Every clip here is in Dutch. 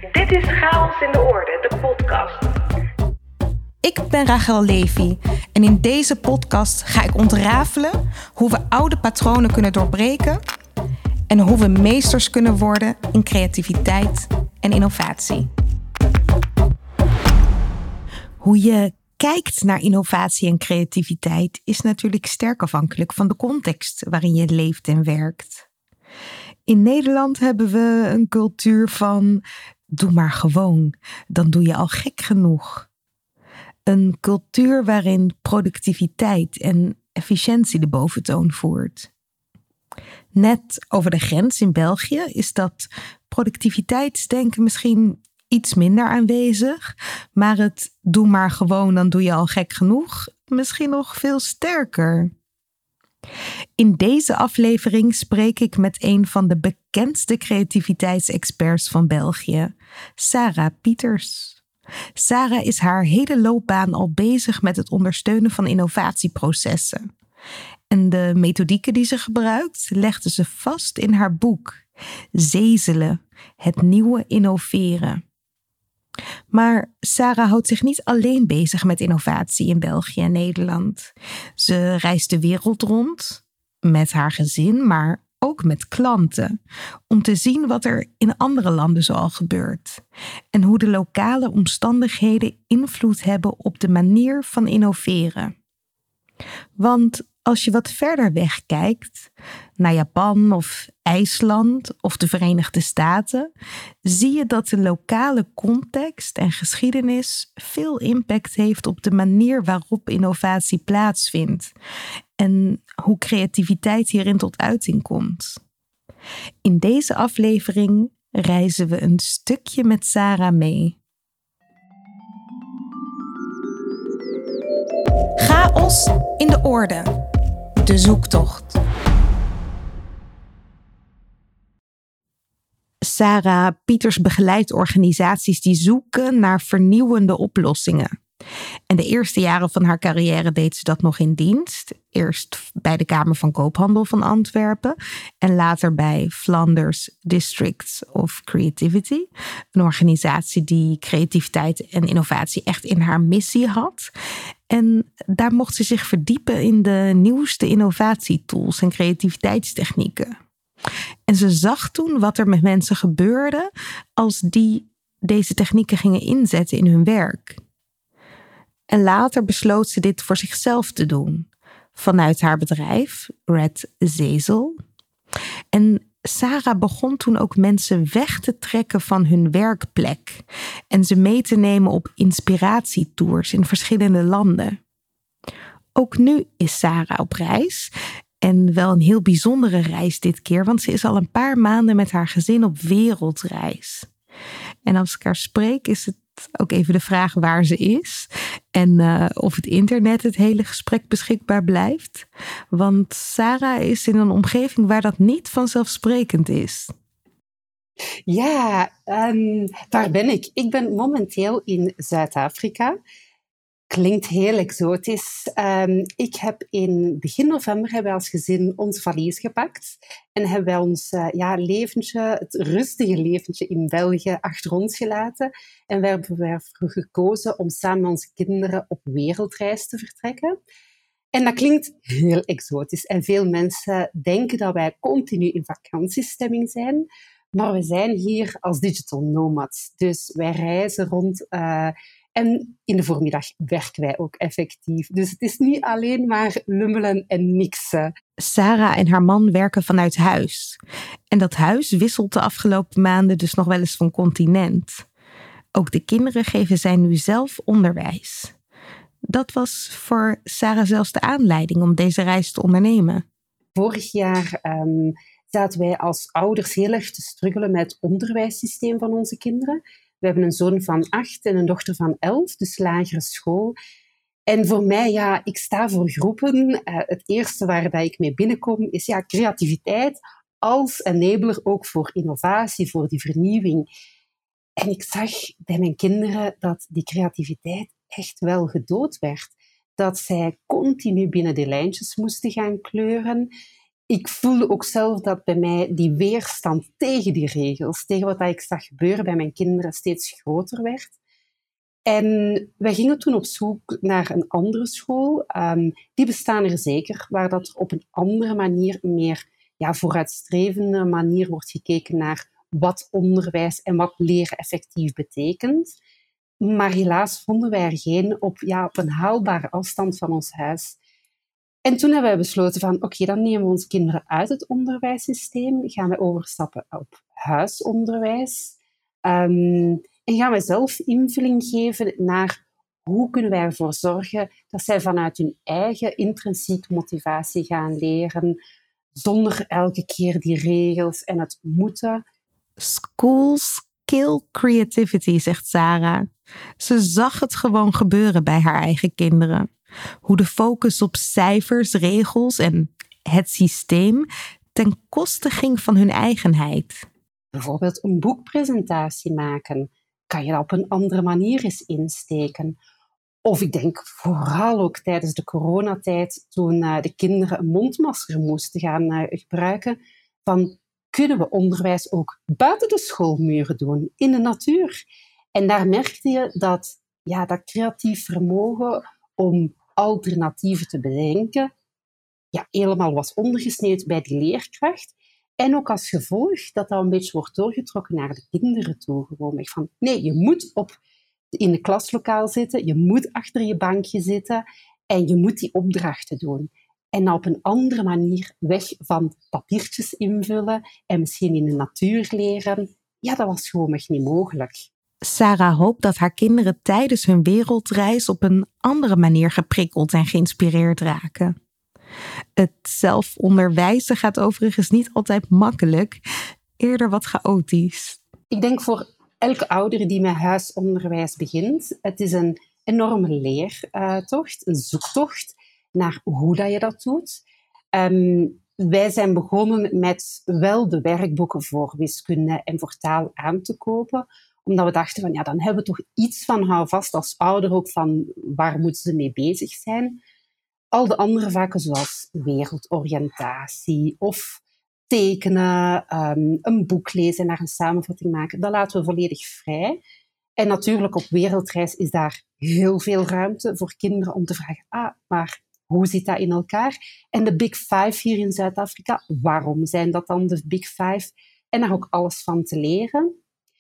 Dit is Chaos in de Orde, de podcast. Ik ben Rachel Levy en in deze podcast ga ik ontrafelen hoe we oude patronen kunnen doorbreken en hoe we meesters kunnen worden in creativiteit en innovatie. Hoe je kijkt naar innovatie en creativiteit is natuurlijk sterk afhankelijk van de context waarin je leeft en werkt. In Nederland hebben we een cultuur van doe maar gewoon, dan doe je al gek genoeg. Een cultuur waarin productiviteit en efficiëntie de boventoon voert. Net over de grens in België is dat productiviteitsdenken misschien iets minder aanwezig, maar het doe maar gewoon, dan doe je al gek genoeg misschien nog veel sterker. In deze aflevering spreek ik met een van de bekendste creativiteitsexperts van België, Sarah Pieters. Sarah is haar hele loopbaan al bezig met het ondersteunen van innovatieprocessen. En de methodieken die ze gebruikt, legde ze vast in haar boek Zezelen, het nieuwe innoveren. Maar Sarah houdt zich niet alleen bezig met innovatie in België en Nederland. Ze reist de wereld rond, met haar gezin, maar ook met klanten, om te zien wat er in andere landen zoal gebeurt en hoe de lokale omstandigheden invloed hebben op de manier van innoveren. Want als je wat verder weg kijkt, naar Japan of IJsland of de Verenigde Staten, zie je dat de lokale context en geschiedenis veel impact heeft op de manier waarop innovatie plaatsvindt en hoe creativiteit hierin tot uiting komt. In deze aflevering reizen we een stukje met Sarah mee. Chaos in de Orde. De zoektocht. Sarah Pieters begeleidt organisaties die zoeken naar vernieuwende oplossingen. En de eerste jaren van haar carrière deed ze dat nog in dienst. Eerst bij de Kamer van Koophandel van Antwerpen en later bij Flanders Districts of Creativity. Een organisatie die creativiteit en innovatie echt in haar missie had. En daar mocht ze zich verdiepen in de nieuwste innovatietools en creativiteitstechnieken. En ze zag toen wat er met mensen gebeurde als die deze technieken gingen inzetten in hun werk. En later besloot ze dit voor zichzelf te doen, vanuit haar bedrijf, Red Zezel. En Sarah begon toen ook mensen weg te trekken van hun werkplek en ze mee te nemen op inspiratietours in verschillende landen. Ook nu is Sarah op reis en wel een heel bijzondere reis dit keer, want ze is al een paar maanden met haar gezin op wereldreis. En als ik haar spreek is het ook even de vraag waar ze is en of het internet het hele gesprek beschikbaar blijft. Want Sarah is in een omgeving waar dat niet vanzelfsprekend is. Ja, waar ben ik? Ik ben momenteel in Zuid-Afrika. Klinkt heel exotisch. Ik heb in begin november hebben wij als gezin ons valies gepakt en hebben wij ons leventje, het rustige leventje in België achter ons gelaten. En we hebben ervoor gekozen om samen met onze kinderen op wereldreis te vertrekken. En dat klinkt heel exotisch. En veel mensen denken dat wij continu in vakantiestemming zijn. Maar we zijn hier als digital nomads. Dus wij reizen rond en in de voormiddag werken wij ook effectief. Dus het is niet alleen maar lummelen en niksen. Sarah en haar man werken vanuit huis. En dat huis wisselt de afgelopen maanden dus nog wel eens van continent. Ook de kinderen geven zij nu zelf onderwijs. Dat was voor Sarah zelfs de aanleiding om deze reis te ondernemen. Vorig jaar zaten wij als ouders heel erg te struggelen met het onderwijssysteem van onze kinderen. We hebben een zoon van 8 en een dochter van 11, dus lagere school. En voor mij, ik sta voor groepen. Het eerste waar dat ik mee binnenkom is creativiteit als enabler ook voor innovatie, voor die vernieuwing. En ik zag bij mijn kinderen dat die creativiteit echt wel gedood werd. Dat zij continu binnen de lijntjes moesten gaan kleuren. ik voelde ook zelf dat bij mij die weerstand tegen die regels, tegen wat ik zag gebeuren bij mijn kinderen, steeds groter werd. En wij gingen toen op zoek naar een andere school. Die bestaan er zeker, waar dat er op een andere manier, meer vooruitstrevende manier wordt gekeken naar wat onderwijs en wat leren effectief betekent. Maar helaas vonden wij er geen op een haalbare afstand van ons huis. En toen hebben wij besloten van, oké, dan nemen we onze kinderen uit het onderwijssysteem, gaan we overstappen op huisonderwijs. En gaan we zelf invulling geven naar hoe kunnen wij ervoor zorgen dat zij vanuit hun eigen intrinsieke motivatie gaan leren, zonder elke keer die regels en het moeten. Schools kill creativity, zegt Sarah. Ze zag het gewoon gebeuren bij haar eigen kinderen. Hoe de focus op cijfers, regels en het systeem ten koste ging van hun eigenheid. Bijvoorbeeld een boekpresentatie maken. Kan je dat op een andere manier eens insteken? Of ik denk vooral ook tijdens de coronatijd, toen de kinderen een mondmasker moesten gaan gebruiken, van kunnen we onderwijs ook buiten de schoolmuren doen, in de natuur? En daar merkte je dat creatief vermogen om alternatieven te bedenken, helemaal was ondergesneeuwd bij die leerkracht. En ook als gevolg dat een beetje wordt doorgetrokken naar de kinderen toe. Gewoon van, nee, je moet in de klaslokaal zitten, je moet achter je bankje zitten en je moet die opdrachten doen. En op een andere manier weg van papiertjes invullen en misschien in de natuur leren. Ja, dat was gewoon echt niet mogelijk. Sarah hoopt dat haar kinderen tijdens hun wereldreis op een andere manier geprikkeld en geïnspireerd raken. Het zelfonderwijzen gaat overigens niet altijd makkelijk, eerder wat chaotisch. Ik denk voor elke ouder die met huisonderwijs begint, het is een enorme leertocht, een zoektocht naar hoe dat je dat doet. Wij zijn begonnen met wel de werkboeken voor wiskunde en voor taal aan te kopen, omdat we dachten van dan hebben we toch iets van houvast als ouder ook van waar moeten ze mee bezig zijn. Al de andere vakken zoals wereldoriëntatie of tekenen, een boek lezen en daar een samenvatting maken, dat laten we volledig vrij. En natuurlijk op wereldreis is daar heel veel ruimte voor kinderen om te vragen, maar hoe zit dat in elkaar? En de Big Five hier in Zuid-Afrika, waarom zijn dat dan de Big Five? En daar ook alles van te leren.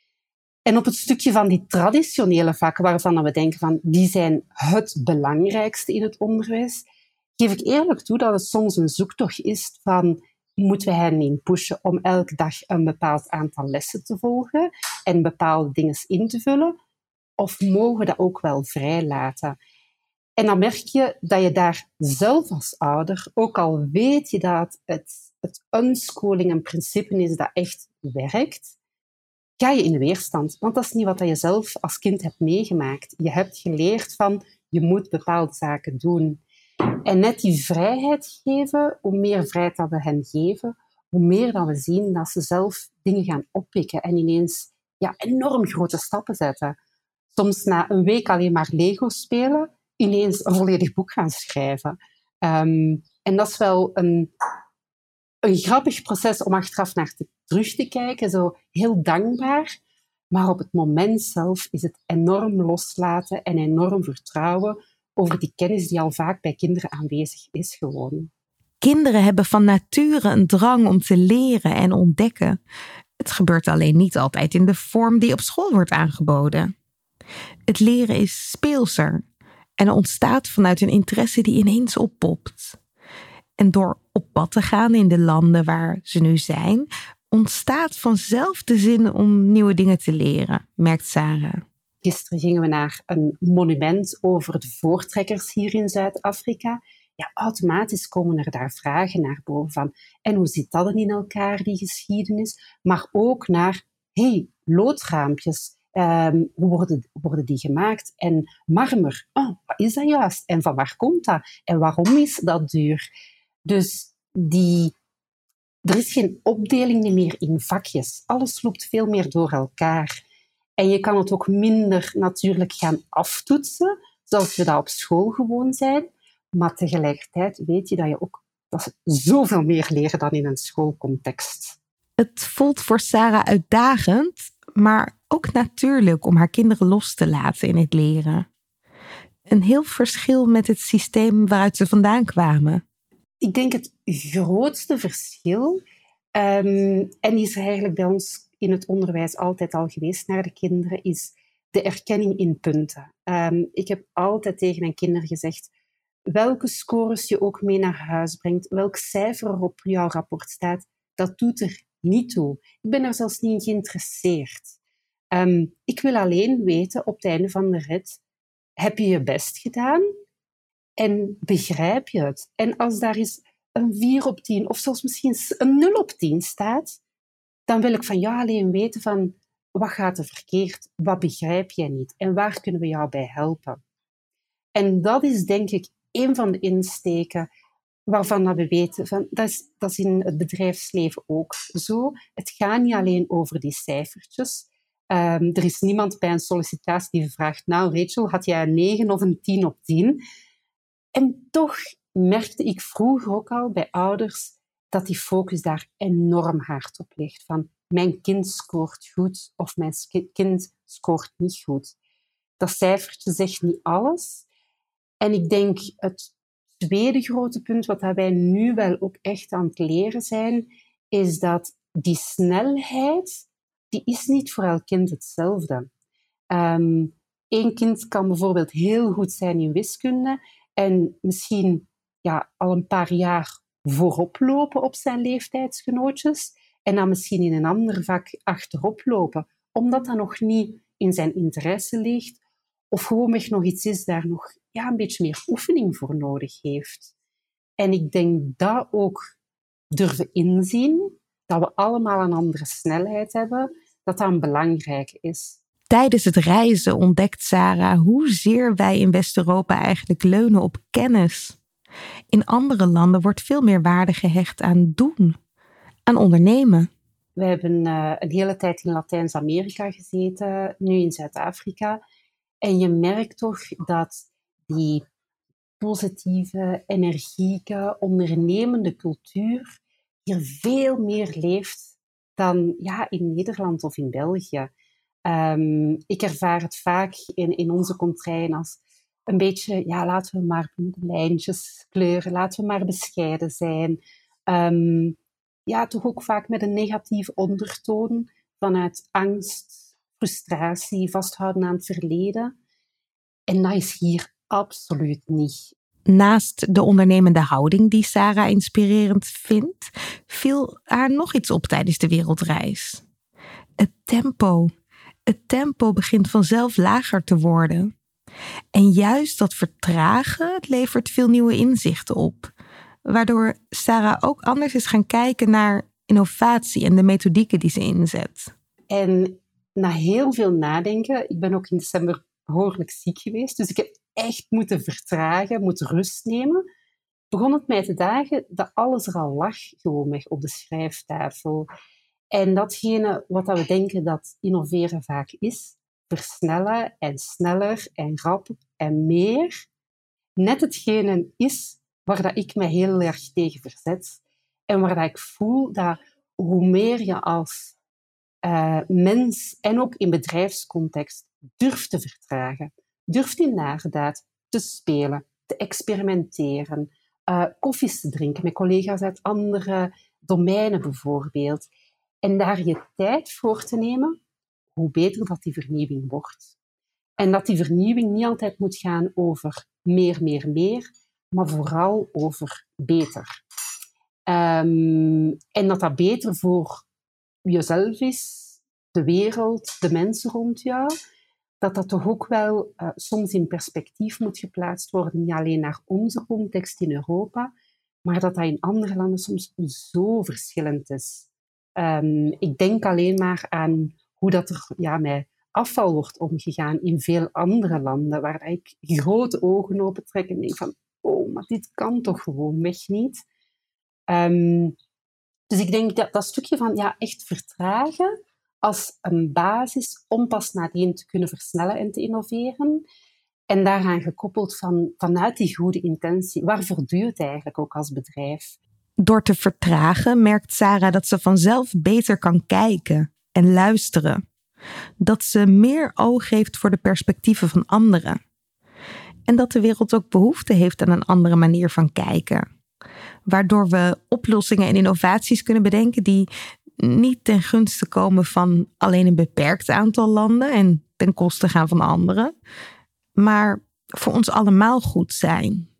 En op het stukje van die traditionele vakken, waarvan we denken van die zijn het belangrijkste in het onderwijs, geef ik eerlijk toe dat het soms een zoektocht is van moeten we hen in pushen om elke dag een bepaald aantal lessen te volgen en bepaalde dingen in te vullen? Of mogen we dat ook wel vrij laten? En dan merk je dat je daar zelf als ouder, ook al weet je dat het unschooling een principe is dat echt werkt, ga je in weerstand. Want dat is niet wat je zelf als kind hebt meegemaakt. Je hebt geleerd van je moet bepaalde zaken doen. En net die vrijheid geven, hoe meer vrijheid dat we hen geven, hoe meer dat we zien dat ze zelf dingen gaan oppikken en ineens enorm grote stappen zetten. Soms na een week alleen maar Lego spelen, ineens een volledig boek gaan schrijven. En dat is wel een grappig proces om achteraf naar terug te kijken, zo heel dankbaar. Maar op het moment zelf is het enorm loslaten en enorm vertrouwen over die kennis die al vaak bij kinderen aanwezig is gewoon. Kinderen hebben van nature een drang om te leren en ontdekken. Het gebeurt alleen niet altijd in de vorm die op school wordt aangeboden. Het leren is speelser en ontstaat vanuit een interesse die ineens oppopt. En door op pad te gaan in de landen waar ze nu zijn, ontstaat vanzelf de zin om nieuwe dingen te leren, merkt Sarah. Gisteren gingen we naar een monument over de voortrekkers hier in Zuid-Afrika. Ja, automatisch komen er daar vragen naar boven van. En hoe zit dat dan in elkaar, die geschiedenis? Maar ook naar, loodraampjes. Hoe worden die gemaakt? En marmer, wat is dat juist? En van waar komt dat? En waarom is dat duur? Dus er is geen opdeling meer in vakjes. Alles loopt veel meer door elkaar. En je kan het ook minder natuurlijk gaan aftoetsen, zoals we dat op school gewoon zijn. Maar tegelijkertijd weet je dat je ook Dat is zoveel meer leren dan in een schoolcontext. Het voelt voor Sarah uitdagend, maar ook natuurlijk om haar kinderen los te laten in het leren. Een heel verschil met het systeem waaruit ze vandaan kwamen. Ik denk het grootste verschil, en die is er eigenlijk bij ons in het onderwijs altijd al geweest naar de kinderen, is de erkenning in punten. Ik heb altijd tegen mijn kinderen gezegd, welke scores je ook mee naar huis brengt, welk cijfer er op jouw rapport staat, dat doet er niet toe. Ik ben er zelfs niet in geïnteresseerd. Ik wil alleen weten op het einde van de rit, heb je je best gedaan en begrijp je het? En als daar eens een 4 op 10 of zelfs misschien een 0 op 10 staat, dan wil ik van jou alleen weten van wat gaat er verkeerd, wat begrijp jij niet en waar kunnen we jou bij helpen? En dat is denk ik een van de insteken waarvan we weten, van, dat is in het bedrijfsleven ook zo. Het gaat niet alleen over die cijfertjes. Er is niemand bij een sollicitatie die vraagt, nou Rachel, had jij een 9 of een 10 op 10? En toch merkte ik vroeger ook al bij ouders dat die focus daar enorm hard op ligt. Van, mijn kind scoort goed of mijn kind scoort niet goed. Dat cijfertje zegt niet alles. En ik denk het tweede grote punt, wat wij nu wel ook echt aan het leren zijn, is dat die snelheid, die is niet voor elk kind hetzelfde. Eén kind kan bijvoorbeeld heel goed zijn in wiskunde en misschien al een paar jaar voorop lopen op zijn leeftijdsgenootjes en dan misschien in een ander vak achterop lopen, omdat dat nog niet in zijn interesse ligt of gewoonweg nog iets is daar nog een beetje meer oefening voor nodig heeft. En ik denk dat ook durven inzien, dat we allemaal een andere snelheid hebben, dat dat belangrijk is. Tijdens het reizen ontdekt Sarah hoezeer wij in West-Europa eigenlijk leunen op kennis. In andere landen wordt veel meer waarde gehecht aan doen, aan ondernemen. We hebben een hele tijd in Latijns-Amerika gezeten, nu in Zuid-Afrika. En je merkt toch dat die positieve, energieke, ondernemende cultuur hier veel meer leeft dan in Nederland of in België. Ik ervaar het vaak in onze contraien als een beetje, laten we maar de lijntjes kleuren, laten we maar bescheiden zijn. Toch ook vaak met een negatieve ondertoon vanuit angst, frustratie, vasthouden aan het verleden. En dat is hier absoluut niet. Naast de ondernemende houding die Sarah inspirerend vindt, viel haar nog iets op tijdens de wereldreis. Het tempo. Het tempo begint vanzelf lager te worden. En juist dat vertragen levert veel nieuwe inzichten op, waardoor Sarah ook anders is gaan kijken naar innovatie en de methodieken die ze inzet. En na heel veel nadenken, ik ben ook in december behoorlijk ziek geweest, dus ik heb echt moeten vertragen, moeten rust nemen, begon het mij te dagen dat alles er al lag, gewoonweg op de schrijftafel. En datgene wat we denken dat innoveren vaak is, versnellen en sneller en rap en meer, net hetgene is waar dat ik me heel erg tegen verzet. En waar dat ik voel dat hoe meer je als mens en ook in bedrijfscontext durft te vertragen, durft inderdaad te spelen, te experimenteren, koffies te drinken met collega's uit andere domeinen bijvoorbeeld. En daar je tijd voor te nemen, hoe beter dat die vernieuwing wordt. En dat die vernieuwing niet altijd moet gaan over meer, maar vooral over beter. En dat beter voor jezelf is, de wereld, de mensen rond jou, dat toch ook wel soms in perspectief moet geplaatst worden, niet alleen naar onze context in Europa, maar dat in andere landen soms zo verschillend is. Ik denk alleen maar aan hoe dat er met afval wordt omgegaan in veel andere landen, waar ik grote ogen opentrek en denk van, oh, maar dit kan toch gewoonweg niet. Dus ik denk dat stukje van echt vertragen als een basis om pas nadien te kunnen versnellen en te innoveren. En daaraan gekoppeld vanuit die goede intentie, waarvoor doe je het eigenlijk ook als bedrijf? Door te vertragen merkt Sarah dat ze vanzelf beter kan kijken en luisteren. Dat ze meer oog heeft voor de perspectieven van anderen. En dat de wereld ook behoefte heeft aan een andere manier van kijken. Waardoor we oplossingen en innovaties kunnen bedenken die niet ten gunste komen van alleen een beperkt aantal landen en ten koste gaan van anderen, maar voor ons allemaal goed zijn.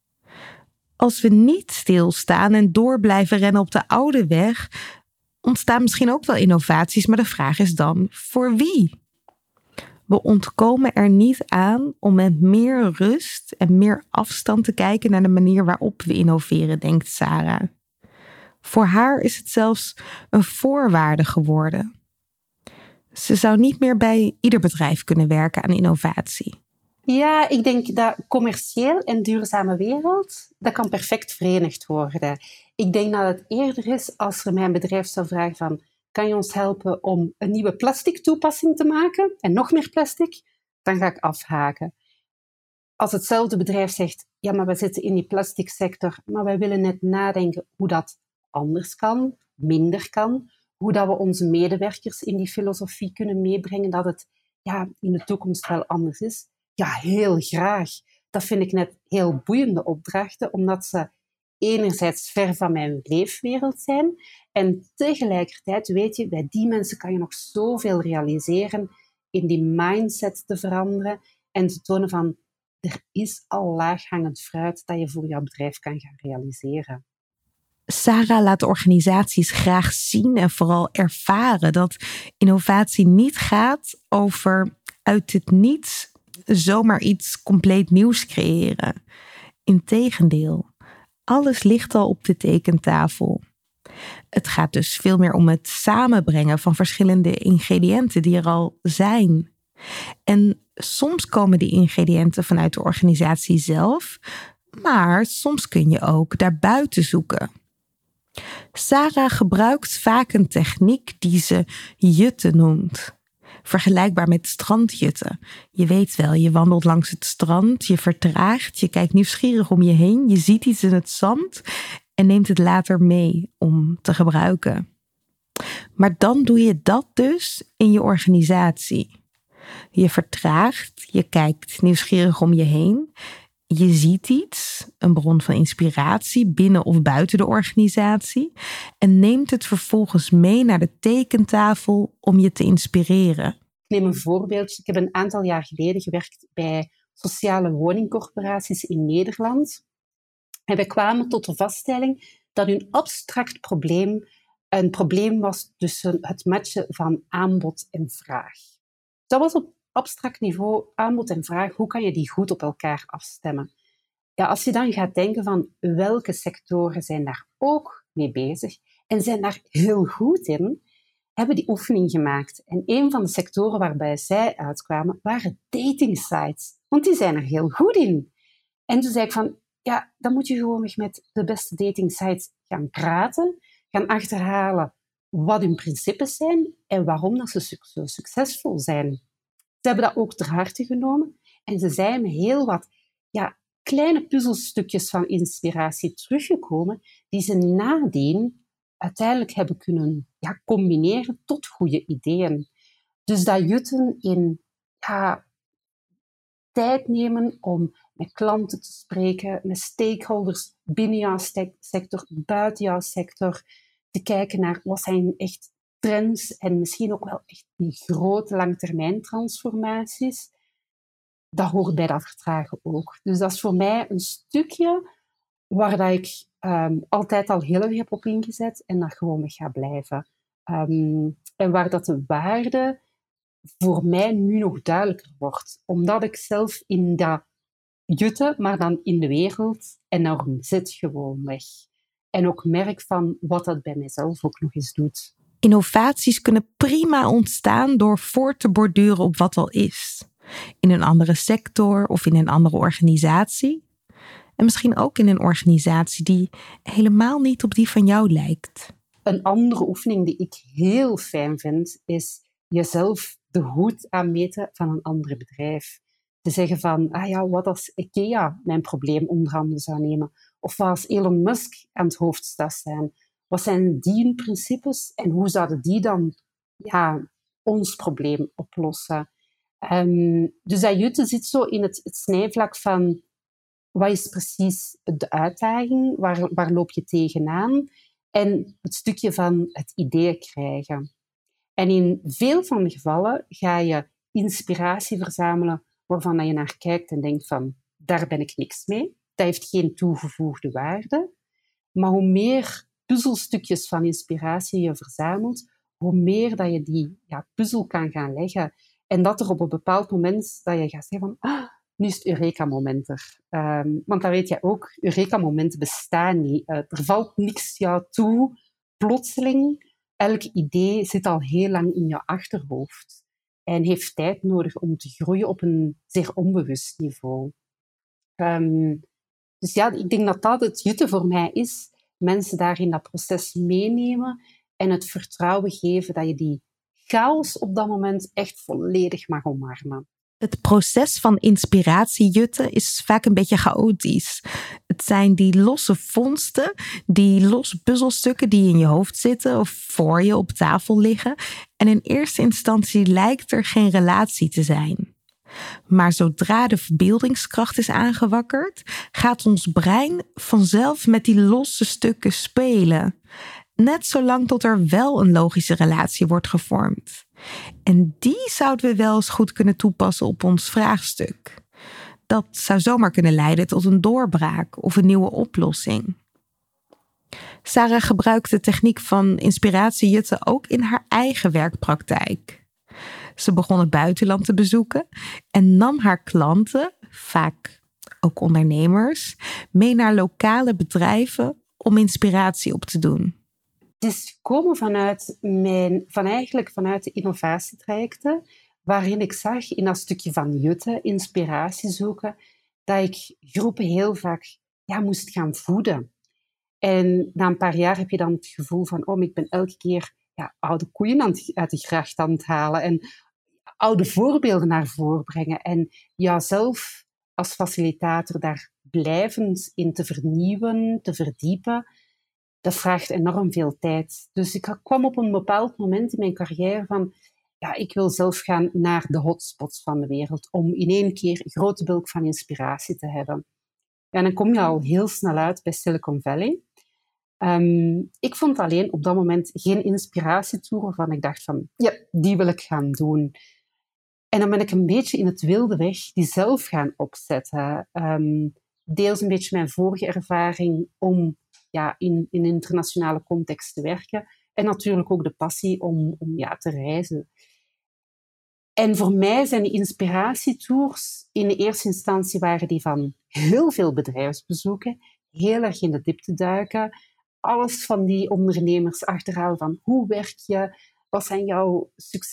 Als we niet stilstaan en door blijven rennen op de oude weg, ontstaan misschien ook wel innovaties, maar de vraag is dan voor wie? We ontkomen er niet aan om met meer rust en meer afstand te kijken naar de manier waarop we innoveren, denkt Sarah. Voor haar is het zelfs een voorwaarde geworden. Ze zou niet meer bij ieder bedrijf kunnen werken aan innovatie. Ja, ik denk dat commercieel en duurzame wereld, dat kan perfect verenigd worden. Ik denk dat het eerder is als er mijn bedrijf zou vragen van, kan je ons helpen om een nieuwe plastic toepassing te maken en nog meer plastic? Dan ga ik afhaken. Als hetzelfde bedrijf zegt, ja, maar we zitten in die plastic sector, maar wij willen net nadenken hoe dat anders kan, minder kan, hoe dat we onze medewerkers in die filosofie kunnen meebrengen, dat het in de toekomst wel anders is. Ja, heel graag. Dat vind ik net heel boeiende opdrachten, omdat ze enerzijds ver van mijn leefwereld zijn en tegelijkertijd weet je, bij die mensen kan je nog zoveel realiseren in die mindset te veranderen en te tonen van, er is al laaghangend fruit dat je voor jouw bedrijf kan gaan realiseren. Sarah laat organisaties graag zien en vooral ervaren dat innovatie niet gaat over uit het niets zomaar iets compleet nieuws creëren. Integendeel, alles ligt al op de tekentafel. Het gaat dus veel meer om het samenbrengen van verschillende ingrediënten die er al zijn. En soms komen die ingrediënten vanuit de organisatie zelf, maar soms kun je ook daarbuiten zoeken. Sarah gebruikt vaak een techniek die ze jutten noemt. Vergelijkbaar met strandjutten. Je weet wel, je wandelt langs het strand, je vertraagt, je kijkt nieuwsgierig om je heen, je ziet iets in het zand en neemt het later mee om te gebruiken. Maar dan doe je dat dus in je organisatie. Je vertraagt, je kijkt nieuwsgierig om je heen. Je ziet iets, een bron van inspiratie binnen of buiten de organisatie en neemt het vervolgens mee naar de tekentafel om je te inspireren. Ik neem een voorbeeldje. Ik heb een aantal jaar geleden gewerkt bij sociale woningcorporaties in Nederland. En wij kwamen tot de vaststelling dat hun abstract probleem een probleem was tussen het matchen van aanbod en vraag. Dat was op abstract niveau, aanbod en vraag, hoe kan je die goed op elkaar afstemmen? Ja, als je dan gaat denken van welke sectoren zijn daar ook mee bezig en zijn daar heel goed in, hebben die oefening gemaakt. En een van de sectoren waarbij zij uitkwamen, waren dating sites. Want die zijn er heel goed in. En toen zei ik van, ja, dan moet je gewoon met de beste dating sites gaan praten, gaan achterhalen wat hun principes zijn en waarom dat ze zo succesvol zijn. Ze hebben dat ook ter harte genomen en ze zijn met heel wat kleine puzzelstukjes van inspiratie teruggekomen die ze nadien uiteindelijk hebben kunnen combineren tot goede ideeën. Dus dat jutten in tijd nemen om met klanten te spreken, met stakeholders binnen jouw sector, buiten jouw sector, te kijken naar wat zijn echt trends en misschien ook wel echt die grote langetermijntransformaties. Dat hoort bij dat vertragen ook. Dus dat is voor mij een stukje waar dat ik altijd al heel erg heb op ingezet en dat gewoon weg ga blijven. En waar dat de waarde voor mij nu nog duidelijker wordt. Omdat ik zelf in dat jutten, maar dan in de wereld, enorm zit gewoon weg. En ook merk van wat dat bij mijzelf ook nog eens doet. Innovaties kunnen prima ontstaan door voort te borduren op wat al is. In een andere sector of in een andere organisatie. En misschien ook in een organisatie die helemaal niet op die van jou lijkt. Een andere oefening die ik heel fijn vind, is jezelf de hoed aanmeten van een ander bedrijf. te zeggen van, wat als IKEA mijn probleem onder handen zou nemen? Of wat als Elon Musk aan het hoofd zou zijn? Wat zijn die hun principes en hoe zouden die dan ons probleem oplossen? Dus dat jutten zit zo in het snijvlak van wat is precies de uitdaging, waar loop je tegenaan en het stukje van het idee krijgen. En in veel van de gevallen ga je inspiratie verzamelen waarvan je naar kijkt en denkt van, daar ben ik niks mee. Dat heeft geen toegevoegde waarde. Maar hoe meer puzzelstukjes van inspiratie je verzamelt, hoe meer dat je die puzzel kan gaan leggen. En dat er op een bepaald moment dat je gaat zeggen van, nu is het Eureka-moment er. Want dat weet je ook, Eureka-momenten bestaan niet. Er valt niks jou toe, plotseling. Elk idee zit al heel lang in je achterhoofd en heeft tijd nodig om te groeien op een zeer onbewust niveau. Dus ik denk dat het jutten voor mij is. Mensen daar in dat proces meenemen en het vertrouwen geven dat je die chaos op dat moment echt volledig mag omarmen. Het proces van inspiratie jutten is vaak een beetje chaotisch. Het zijn die losse vondsten, die losse puzzelstukken die in je hoofd zitten of voor je op tafel liggen. En in eerste instantie lijkt er geen relatie te zijn. Maar zodra de verbeeldingskracht is aangewakkerd, gaat ons brein vanzelf met die losse stukken spelen. Net zolang tot er wel een logische relatie wordt gevormd. En die zouden we wel eens goed kunnen toepassen op ons vraagstuk. Dat zou zomaar kunnen leiden tot een doorbraak of een nieuwe oplossing. Sarah gebruikt de techniek van inspiratiejutten ook in haar eigen werkpraktijk. Ze begon het buitenland te bezoeken en nam haar klanten, vaak ook ondernemers, mee naar lokale bedrijven om inspiratie op te doen. Het is gekomen vanuit de innovatietrajecten, waarin ik zag in dat stukje van jutten, inspiratie zoeken, dat ik groepen heel vaak moest gaan voeden. En na een paar jaar heb je dan het gevoel van, ik ben elke keer oude koeien uit de gracht aan het halen en oude voorbeelden naar voren brengen. En jouzelf als facilitator daar blijvend in te vernieuwen, te verdiepen, dat vraagt enorm veel tijd. Dus ik kwam op een bepaald moment in mijn carrière van, ik wil zelf gaan naar de hotspots van de wereld, om in één keer een grote bulk van inspiratie te hebben. En dan kom je al heel snel uit bij Silicon Valley. Ik vond alleen op dat moment geen inspiratietour waarvan ik dacht van, die wil ik gaan doen. En dan ben ik een beetje in het wilde weg die zelf gaan opzetten. Deels een beetje mijn vorige ervaring om in een internationale context te werken. En natuurlijk ook de passie om te reizen. En voor mij zijn die inspiratietours in de eerste instantie waren die van heel veel bedrijfsbezoeken, heel erg in de diepte duiken, alles van die ondernemers achterhalen van hoe werk je, wat zijn jouw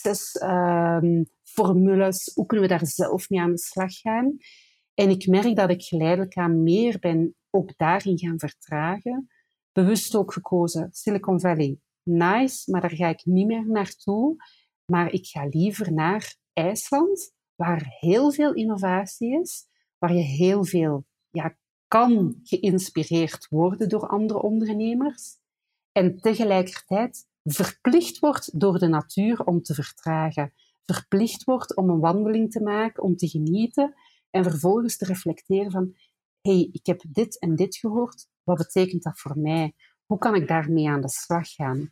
succesformules, hoe kunnen we daar zelf mee aan de slag gaan. En ik merk dat ik geleidelijk aan meer ben ook daarin gaan vertragen. Bewust ook gekozen, Silicon Valley, nice, maar daar ga ik niet meer naartoe. Maar ik ga liever naar IJsland, waar heel veel innovatie is, waar je heel veel kan geïnspireerd worden door andere ondernemers en tegelijkertijd verplicht wordt door de natuur om te vertragen. Verplicht wordt om een wandeling te maken, om te genieten en vervolgens te reflecteren van ik heb dit en dit gehoord, wat betekent dat voor mij? Hoe kan ik daarmee aan de slag gaan?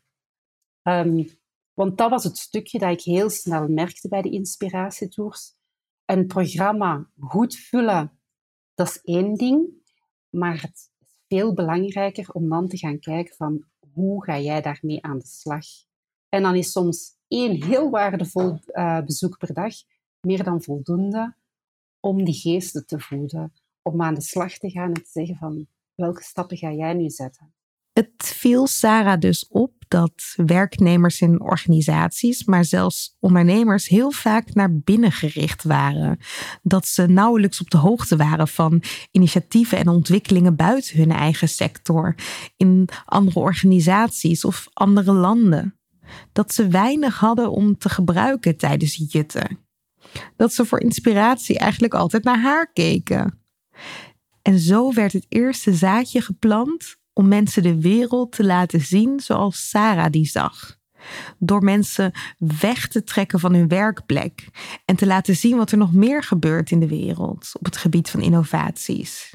Want dat was het stukje dat ik heel snel merkte bij de inspiratietours. Een programma goed vullen, dat is één ding, maar het is veel belangrijker om dan te gaan kijken van hoe ga jij daarmee aan de slag? En dan is soms 1 heel waardevol bezoek per dag meer dan voldoende om die geesten te voeden, om aan de slag te gaan en te zeggen van welke stappen ga jij nu zetten? Het viel Sarah dus op dat werknemers in organisaties, maar zelfs ondernemers heel vaak naar binnen gericht waren. Dat ze nauwelijks op de hoogte waren van initiatieven en ontwikkelingen buiten hun eigen sector, in andere organisaties of andere landen. Dat ze weinig hadden om te gebruiken tijdens jutten. dat ze voor inspiratie eigenlijk altijd naar haar keken. En zo werd het eerste zaadje geplant om mensen de wereld te laten zien zoals Sarah die zag. Door mensen weg te trekken van hun werkplek en te laten zien wat er nog meer gebeurt in de wereld op het gebied van innovaties.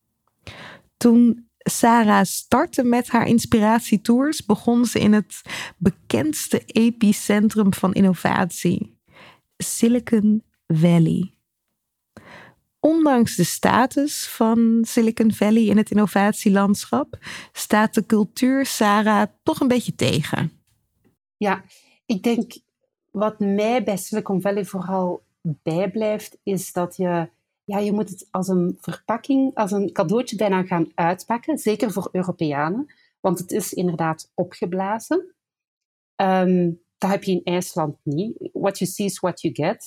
Toen Sarah startte met haar inspiratietours, begon ze in het bekendste epicentrum van innovatie, Silicon Valley. Ondanks de status van Silicon Valley in het innovatielandschap staat de cultuur Sarah toch een beetje tegen. Ja, ik denk wat mij bij Silicon Valley vooral bijblijft, is dat je moet het als een verpakking, als een cadeautje bijna gaan uitpakken, zeker voor Europeanen, want het is inderdaad opgeblazen. Dat heb je in IJsland niet. What you see is what you get.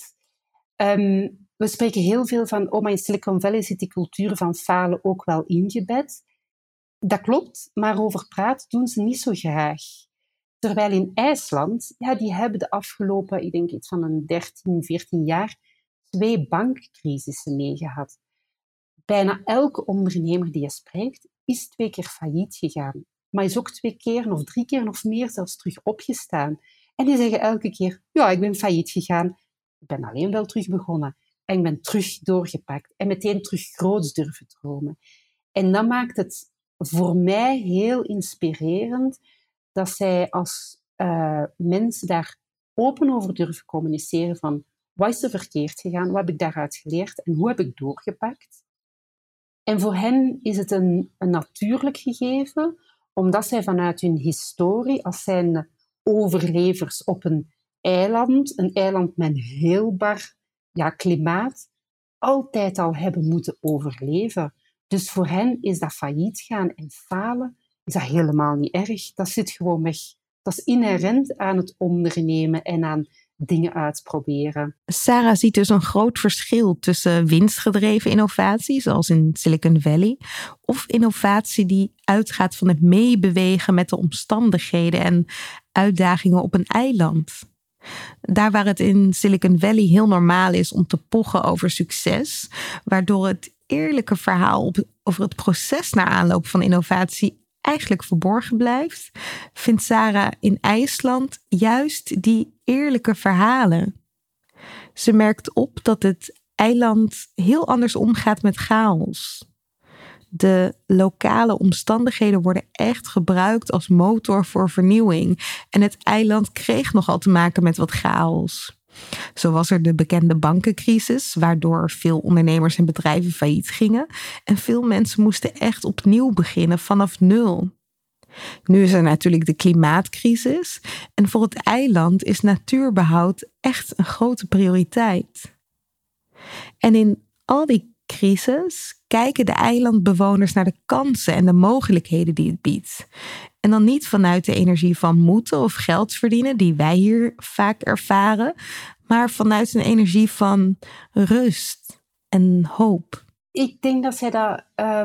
We spreken heel veel van, maar in Silicon Valley zit die cultuur van falen ook wel ingebed. Dat klopt, maar over praten doen ze niet zo graag. Terwijl in IJsland, die hebben de afgelopen, ik denk iets van een 13, 14 jaar, 2 bankcrisissen meegehad. Bijna elke ondernemer die je spreekt, is 2 keer failliet gegaan. Maar is ook 2 keer of 3 keer of meer zelfs terug opgestaan. En die zeggen elke keer, ik ben failliet gegaan. Ik ben alleen wel terug begonnen. En ik ben terug doorgepakt. En meteen terug groots durven dromen. En dat maakt het voor mij heel inspirerend dat zij als mensen daar open over durven communiceren van wat is er verkeerd gegaan, wat heb ik daaruit geleerd en hoe heb ik doorgepakt. En voor hen is het een natuurlijk gegeven, omdat zij vanuit hun historie, als zijn overlevers op een eiland met een heel bar klimaat, altijd al hebben moeten overleven. Dus voor hen is dat failliet gaan en falen is dat helemaal niet erg. Dat zit gewoon weg. Dat is inherent aan het ondernemen en aan dingen uitproberen. Sarah ziet dus een groot verschil tussen winstgedreven innovatie, zoals in Silicon Valley, of innovatie die uitgaat van het meebewegen met de omstandigheden en uitdagingen op een eiland. Daar waar het in Silicon Valley heel normaal is om te pochen over succes, waardoor het eerlijke verhaal over het proces naar aanloop van innovatie eigenlijk verborgen blijft, vindt Sarah in IJsland juist die eerlijke verhalen. Ze merkt op dat het eiland heel anders omgaat met chaos. De lokale omstandigheden worden echt gebruikt als motor voor vernieuwing en het eiland kreeg nogal te maken met wat chaos. Zo was er de bekende bankencrisis, waardoor veel ondernemers en bedrijven failliet gingen en veel mensen moesten echt opnieuw beginnen vanaf nul. Nu is er natuurlijk de klimaatcrisis en voor het eiland is natuurbehoud echt een grote prioriteit. En in al die crisis kijken de eilandbewoners naar de kansen en de mogelijkheden die het biedt. En dan niet vanuit de energie van moeten of geld verdienen, die wij hier vaak ervaren, maar vanuit een energie van rust en hoop. Ik denk dat zij dat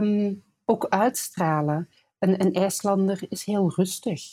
ook uitstralen. Een IJslander is heel rustig.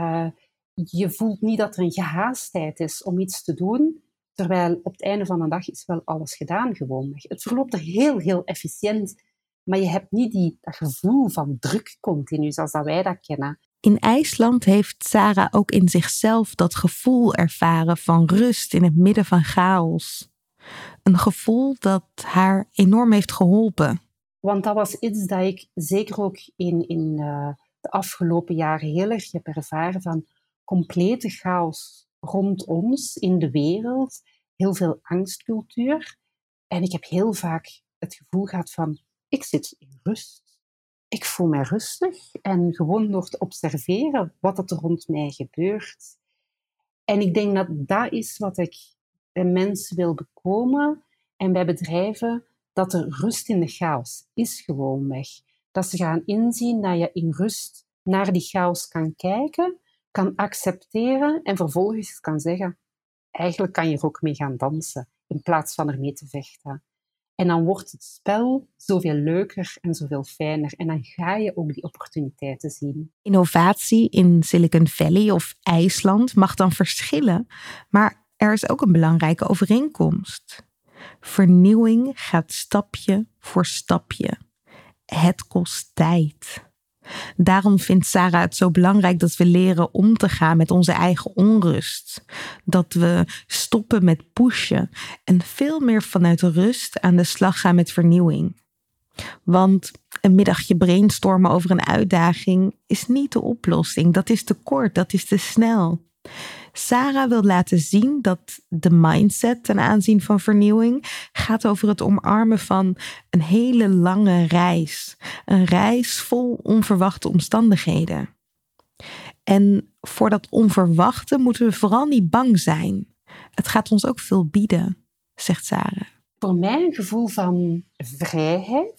Je voelt niet dat er een gehaastheid is om iets te doen, terwijl op het einde van de dag is wel alles gedaan gewoonweg. Het verloopt er heel, heel efficiënt, maar je hebt niet dat gevoel van druk continu, zoals dat wij dat kennen. In IJsland heeft Sarah ook in zichzelf dat gevoel ervaren van rust in het midden van chaos. Een gevoel dat haar enorm heeft geholpen. Want dat was iets dat ik zeker ook in de afgelopen jaren heel erg heb ervaren van complete chaos rond ons in de wereld. Heel veel angstcultuur. En ik heb heel vaak het gevoel gehad van, ik zit in rust. Ik voel mij rustig en gewoon door te observeren wat er rond mij gebeurt. En ik denk dat dat is wat ik bij mensen wil bekomen en bij bedrijven, dat er rust in de chaos is gewoonweg. Dat ze gaan inzien dat je in rust naar die chaos kan kijken, kan accepteren en vervolgens kan zeggen, eigenlijk kan je er ook mee gaan dansen in plaats van ermee te vechten. En dan wordt het spel zoveel leuker en zoveel fijner. En dan ga je ook die opportuniteiten zien. Innovatie in Silicon Valley of IJsland mag dan verschillen, maar er is ook een belangrijke overeenkomst. Vernieuwing gaat stapje voor stapje. Het kost tijd. Daarom vindt Sarah het zo belangrijk dat we leren om te gaan met onze eigen onrust. Dat we stoppen met pushen en veel meer vanuit rust aan de slag gaan met vernieuwing. Want een middagje brainstormen over een uitdaging is niet de oplossing. Dat is te kort, dat is te snel. Sarah wil laten zien dat de mindset ten aanzien van vernieuwing gaat over het omarmen van een hele lange reis. Een reis vol onverwachte omstandigheden. En voor dat onverwachte moeten we vooral niet bang zijn. Het gaat ons ook veel bieden, zegt Sarah. Voor mij een gevoel van vrijheid,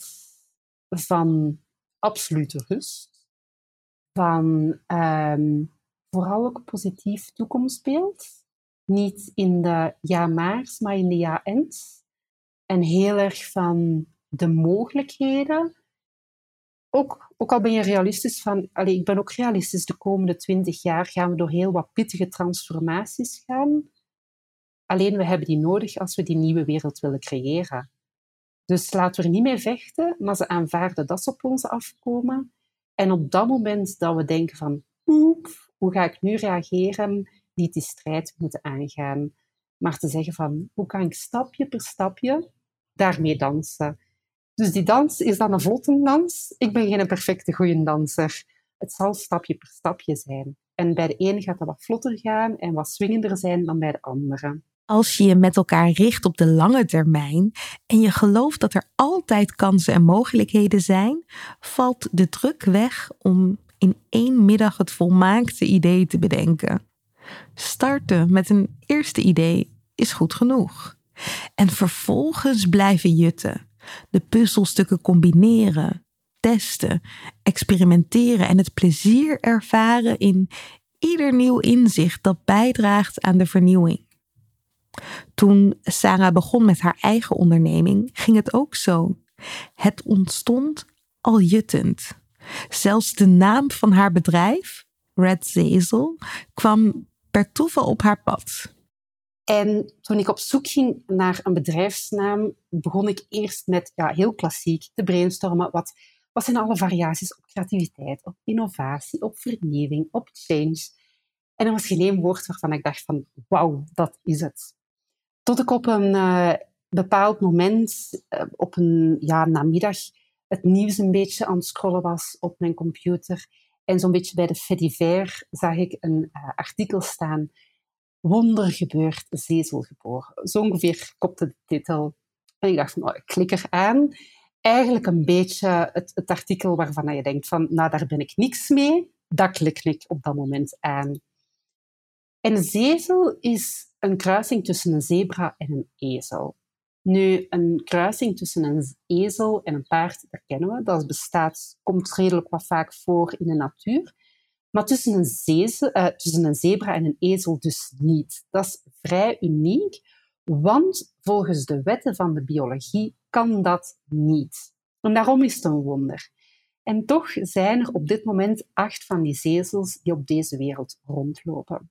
van absolute rust, van vooral ook positief toekomstbeeld. Niet in de ja-maars, maar in de ja-ens. En heel erg van de mogelijkheden. Ook al ben je realistisch van... ik ben ook realistisch, de komende 20 jaar gaan we door heel wat pittige transformaties gaan. Alleen we hebben die nodig als we die nieuwe wereld willen creëren. Dus laten we er niet mee vechten, maar ze aanvaarden dat ze op ons afkomen. En op dat moment dat we denken van... hoe ga ik nu reageren? Niet die strijd moeten aangaan. Maar te zeggen van, hoe kan ik stapje per stapje daarmee dansen? Dus die dans is dan een vlotte dans. Ik ben geen perfecte goede danser. Het zal stapje per stapje zijn. En bij de ene gaat dat wat vlotter gaan en wat swingender zijn dan bij de andere. Als je je met elkaar richt op de lange termijn en je gelooft dat er altijd kansen en mogelijkheden zijn, valt de druk weg om in 1 middag het volmaakte idee te bedenken. Starten met een eerste idee is goed genoeg. En vervolgens blijven jutten, de puzzelstukken combineren, testen, experimenteren en het plezier ervaren in ieder nieuw inzicht dat bijdraagt aan de vernieuwing. Toen Sarah begon met haar eigen onderneming, ging het ook zo. Het ontstond al juttend. Zelfs de naam van haar bedrijf, Red Zezel, kwam per toeval op haar pad. En toen ik op zoek ging naar een bedrijfsnaam, begon ik eerst met heel klassiek te brainstormen. Wat zijn alle variaties op creativiteit, op innovatie, op vernieuwing, op change? En er was geen één woord waarvan ik dacht van, wauw, dat is het. Tot ik op een bepaald moment, op een namiddag, het nieuws een beetje aan het scrollen was op mijn computer. En zo'n beetje bij de fait divers zag ik een artikel staan. Wonder gebeurt, Zezel geboren. Zo ongeveer kopte de titel. En ik dacht van, ik klik eraan. Eigenlijk een beetje het artikel waarvan je denkt van, daar ben ik niks mee. Dat klik ik op dat moment aan. En een zezel is een kruising tussen een zebra en een ezel. Nu, een kruising tussen een ezel en een paard, dat kennen we. Dat komt redelijk wat vaak voor in de natuur. Maar tussen een zebra en een ezel dus niet. Dat is vrij uniek, want volgens de wetten van de biologie kan dat niet. En daarom is het een wonder. En toch zijn er op dit moment 8 van die zezels die op deze wereld rondlopen.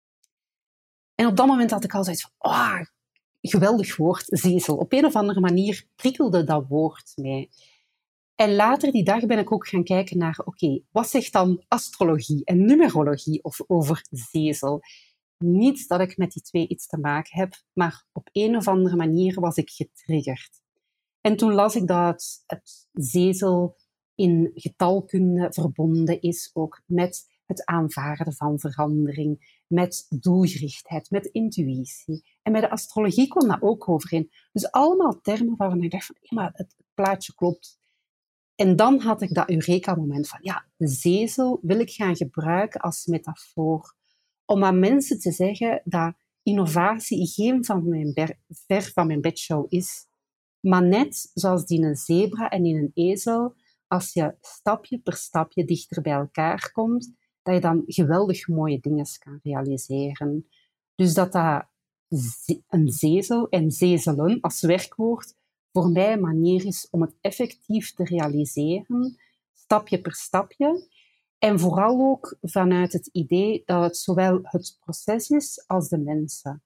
En op dat moment had ik al zoiets van, geweldig woord, zezel. Op een of andere manier prikkelde dat woord mij. En later die dag ben ik ook gaan kijken naar, wat zegt dan astrologie en numerologie over zezel? Niet dat ik met die twee iets te maken heb, maar op een of andere manier was ik getriggerd. En toen las ik dat het zezel in getalkunde verbonden is ook met het aanvaarden van verandering, met doelgerichtheid, met intuïtie. En bij de astrologie kwam dat ook overeen. Dus allemaal termen waarvan ik dacht van, maar het plaatje klopt. En dan had ik dat Eureka-moment van, de zezel wil ik gaan gebruiken als metafoor. Om aan mensen te zeggen dat innovatie geen ver van mijn bedshow is. Maar net zoals die in een zebra en in een ezel, als je stapje per stapje dichter bij elkaar komt, dat je dan geweldig mooie dingen kan realiseren. Dus dat een zezel en zezelen als werkwoord voor mij een manier is om het effectief te realiseren, stapje per stapje. En vooral ook vanuit het idee dat het zowel het proces is als de mensen.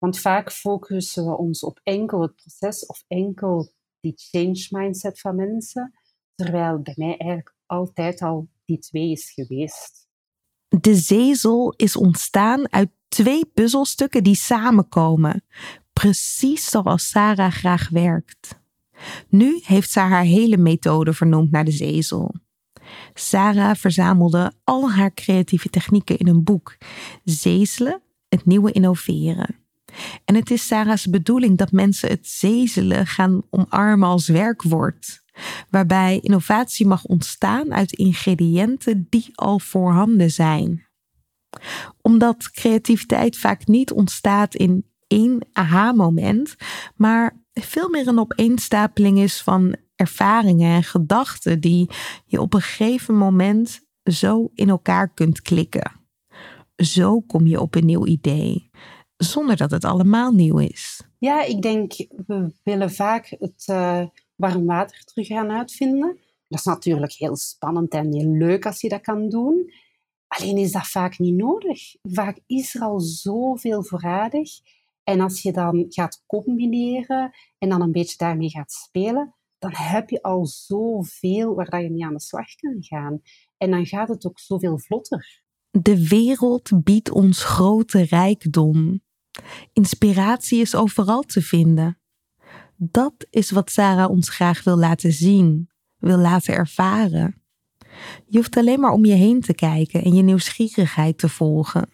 Want vaak focussen we ons op enkel het proces of enkel die change mindset van mensen, terwijl bij mij eigenlijk altijd al die 2 is geweest. De zezel is ontstaan uit 2 puzzelstukken die samenkomen, precies zoals Sarah graag werkt. Nu heeft ze haar hele methode vernoemd naar de zezel. Sarah verzamelde al haar creatieve technieken in een boek, Zezelen, het nieuwe innoveren. En het is Sarah's bedoeling dat mensen het zezelen gaan omarmen als werkwoord, waarbij innovatie mag ontstaan uit ingrediënten die al voorhanden zijn. Omdat creativiteit vaak niet ontstaat in 1 aha-moment, maar veel meer een opeenstapeling is van ervaringen en gedachten die je op een gegeven moment zo in elkaar kunt klikken. Zo kom je op een nieuw idee, zonder dat het allemaal nieuw is. Ja, ik denk, we willen vaak het warm water terug gaan uitvinden. Dat is natuurlijk heel spannend en heel leuk als je dat kan doen. Alleen is dat vaak niet nodig. Vaak is er al zoveel voorradig. En als je dan gaat combineren en dan een beetje daarmee gaat spelen, dan heb je al zoveel waar je mee aan de slag kan gaan. En dan gaat het ook zoveel vlotter. De wereld biedt ons grote rijkdom. Inspiratie is overal te vinden. Dat is wat Sarah ons graag wil laten zien, wil laten ervaren. Je hoeft alleen maar om je heen te kijken en je nieuwsgierigheid te volgen.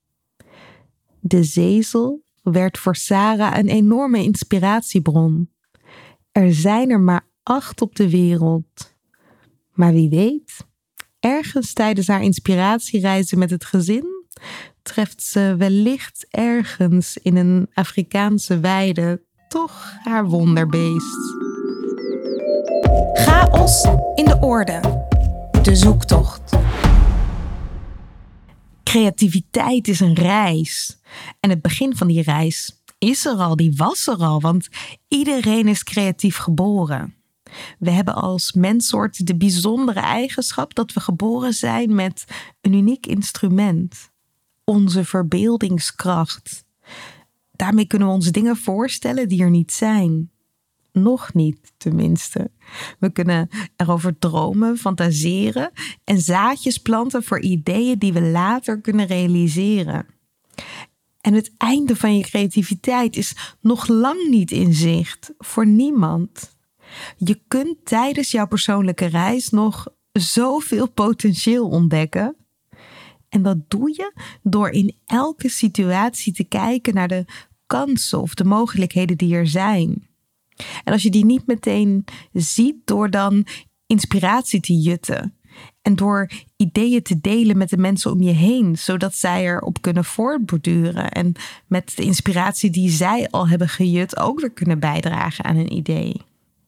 De zezel werd voor Sarah een enorme inspiratiebron. Er zijn er maar 8 op de wereld. Maar wie weet, ergens tijdens haar inspiratiereizen met het gezin treft ze wellicht ergens in een Afrikaanse weide toch haar wonderbeest. Chaos in de orde. De zoektocht. Creativiteit is een reis. En het begin van die reis is er al, die was er al, want iedereen is creatief geboren. We hebben als menssoort de bijzondere eigenschap dat we geboren zijn met een uniek instrument. Onze verbeeldingskracht. Daarmee kunnen we ons dingen voorstellen die er niet zijn. Nog niet, tenminste. We kunnen erover dromen, fantaseren en zaadjes planten voor ideeën die we later kunnen realiseren. En het einde van je creativiteit is nog lang niet in zicht, voor niemand. Je kunt tijdens jouw persoonlijke reis nog zoveel potentieel ontdekken. En dat doe je door in elke situatie te kijken naar de kansen of de mogelijkheden die er zijn. En als je die niet meteen ziet, door dan inspiratie te jutten. En door ideeën te delen met de mensen om je heen, zodat zij erop kunnen voortborduren. En met de inspiratie die zij al hebben gejut ook weer kunnen bijdragen aan een idee.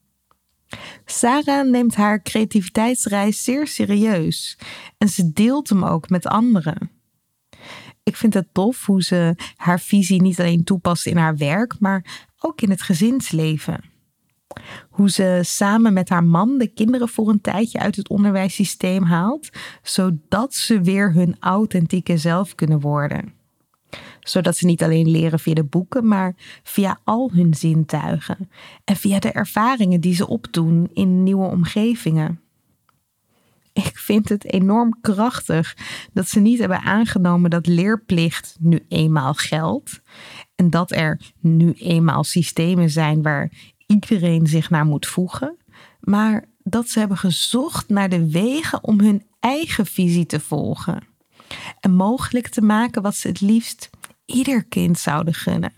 Sarah neemt haar creativiteitsreis zeer serieus. En ze deelt hem ook met anderen. Ik vind het tof hoe ze haar visie niet alleen toepast in haar werk, maar ook in het gezinsleven. Hoe ze samen met haar man de kinderen voor een tijdje uit het onderwijssysteem haalt, zodat ze weer hun authentieke zelf kunnen worden. Zodat ze niet alleen leren via de boeken, maar via al hun zintuigen en via de ervaringen die ze opdoen in nieuwe omgevingen. Ik vind het enorm krachtig dat ze niet hebben aangenomen dat leerplicht nu eenmaal geldt en dat er nu eenmaal systemen zijn waar iedereen zich naar moet voegen, maar dat ze hebben gezocht naar de wegen om hun eigen visie te volgen en mogelijk te maken wat ze het liefst ieder kind zouden gunnen.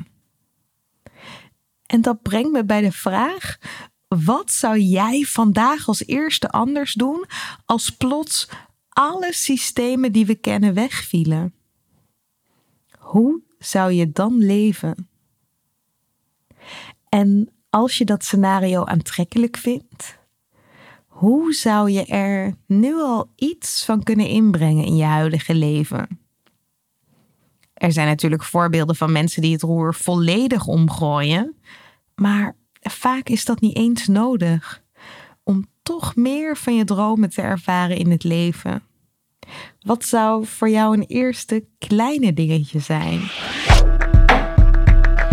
En dat brengt me bij de vraag: wat zou jij vandaag als eerste anders doen als plots alle systemen die we kennen wegvielen? Hoe zou je dan leven? En als je dat scenario aantrekkelijk vindt, hoe zou je er nu al iets van kunnen inbrengen in je huidige leven? Er zijn natuurlijk voorbeelden van mensen die het roer volledig omgooien, maar vaak is dat niet eens nodig om toch meer van je dromen te ervaren in het leven. Wat zou voor jou een eerste kleine dingetje zijn?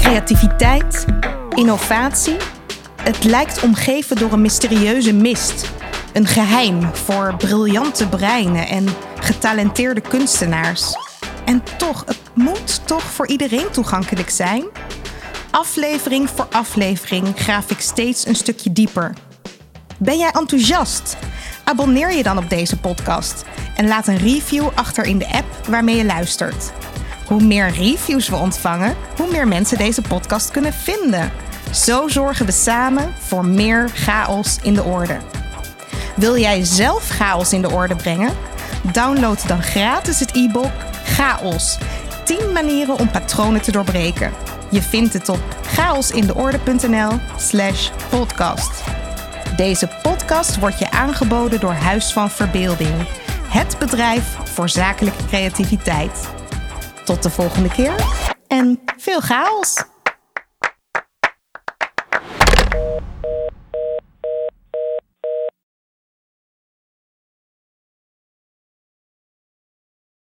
Creativiteit, innovatie. Het lijkt omgeven door een mysterieuze mist. Een geheim voor briljante breinen en getalenteerde kunstenaars. En toch, het moet toch voor iedereen toegankelijk zijn? Aflevering voor aflevering graaf ik steeds een stukje dieper. Ben jij enthousiast? Abonneer je dan op deze podcast en laat een review achter in de app waarmee je luistert. Hoe meer reviews we ontvangen, hoe meer mensen deze podcast kunnen vinden. Zo zorgen we samen voor meer chaos in de orde. Wil jij zelf chaos in de orde brengen? Download dan gratis het e-book Chaos. 10 manieren om patronen te doorbreken. Je vindt het op chaosindeorde.nl/podcast. Deze podcast wordt je aangeboden door Huis van Verbeelding. Het bedrijf voor zakelijke creativiteit. Tot de volgende keer en veel chaos!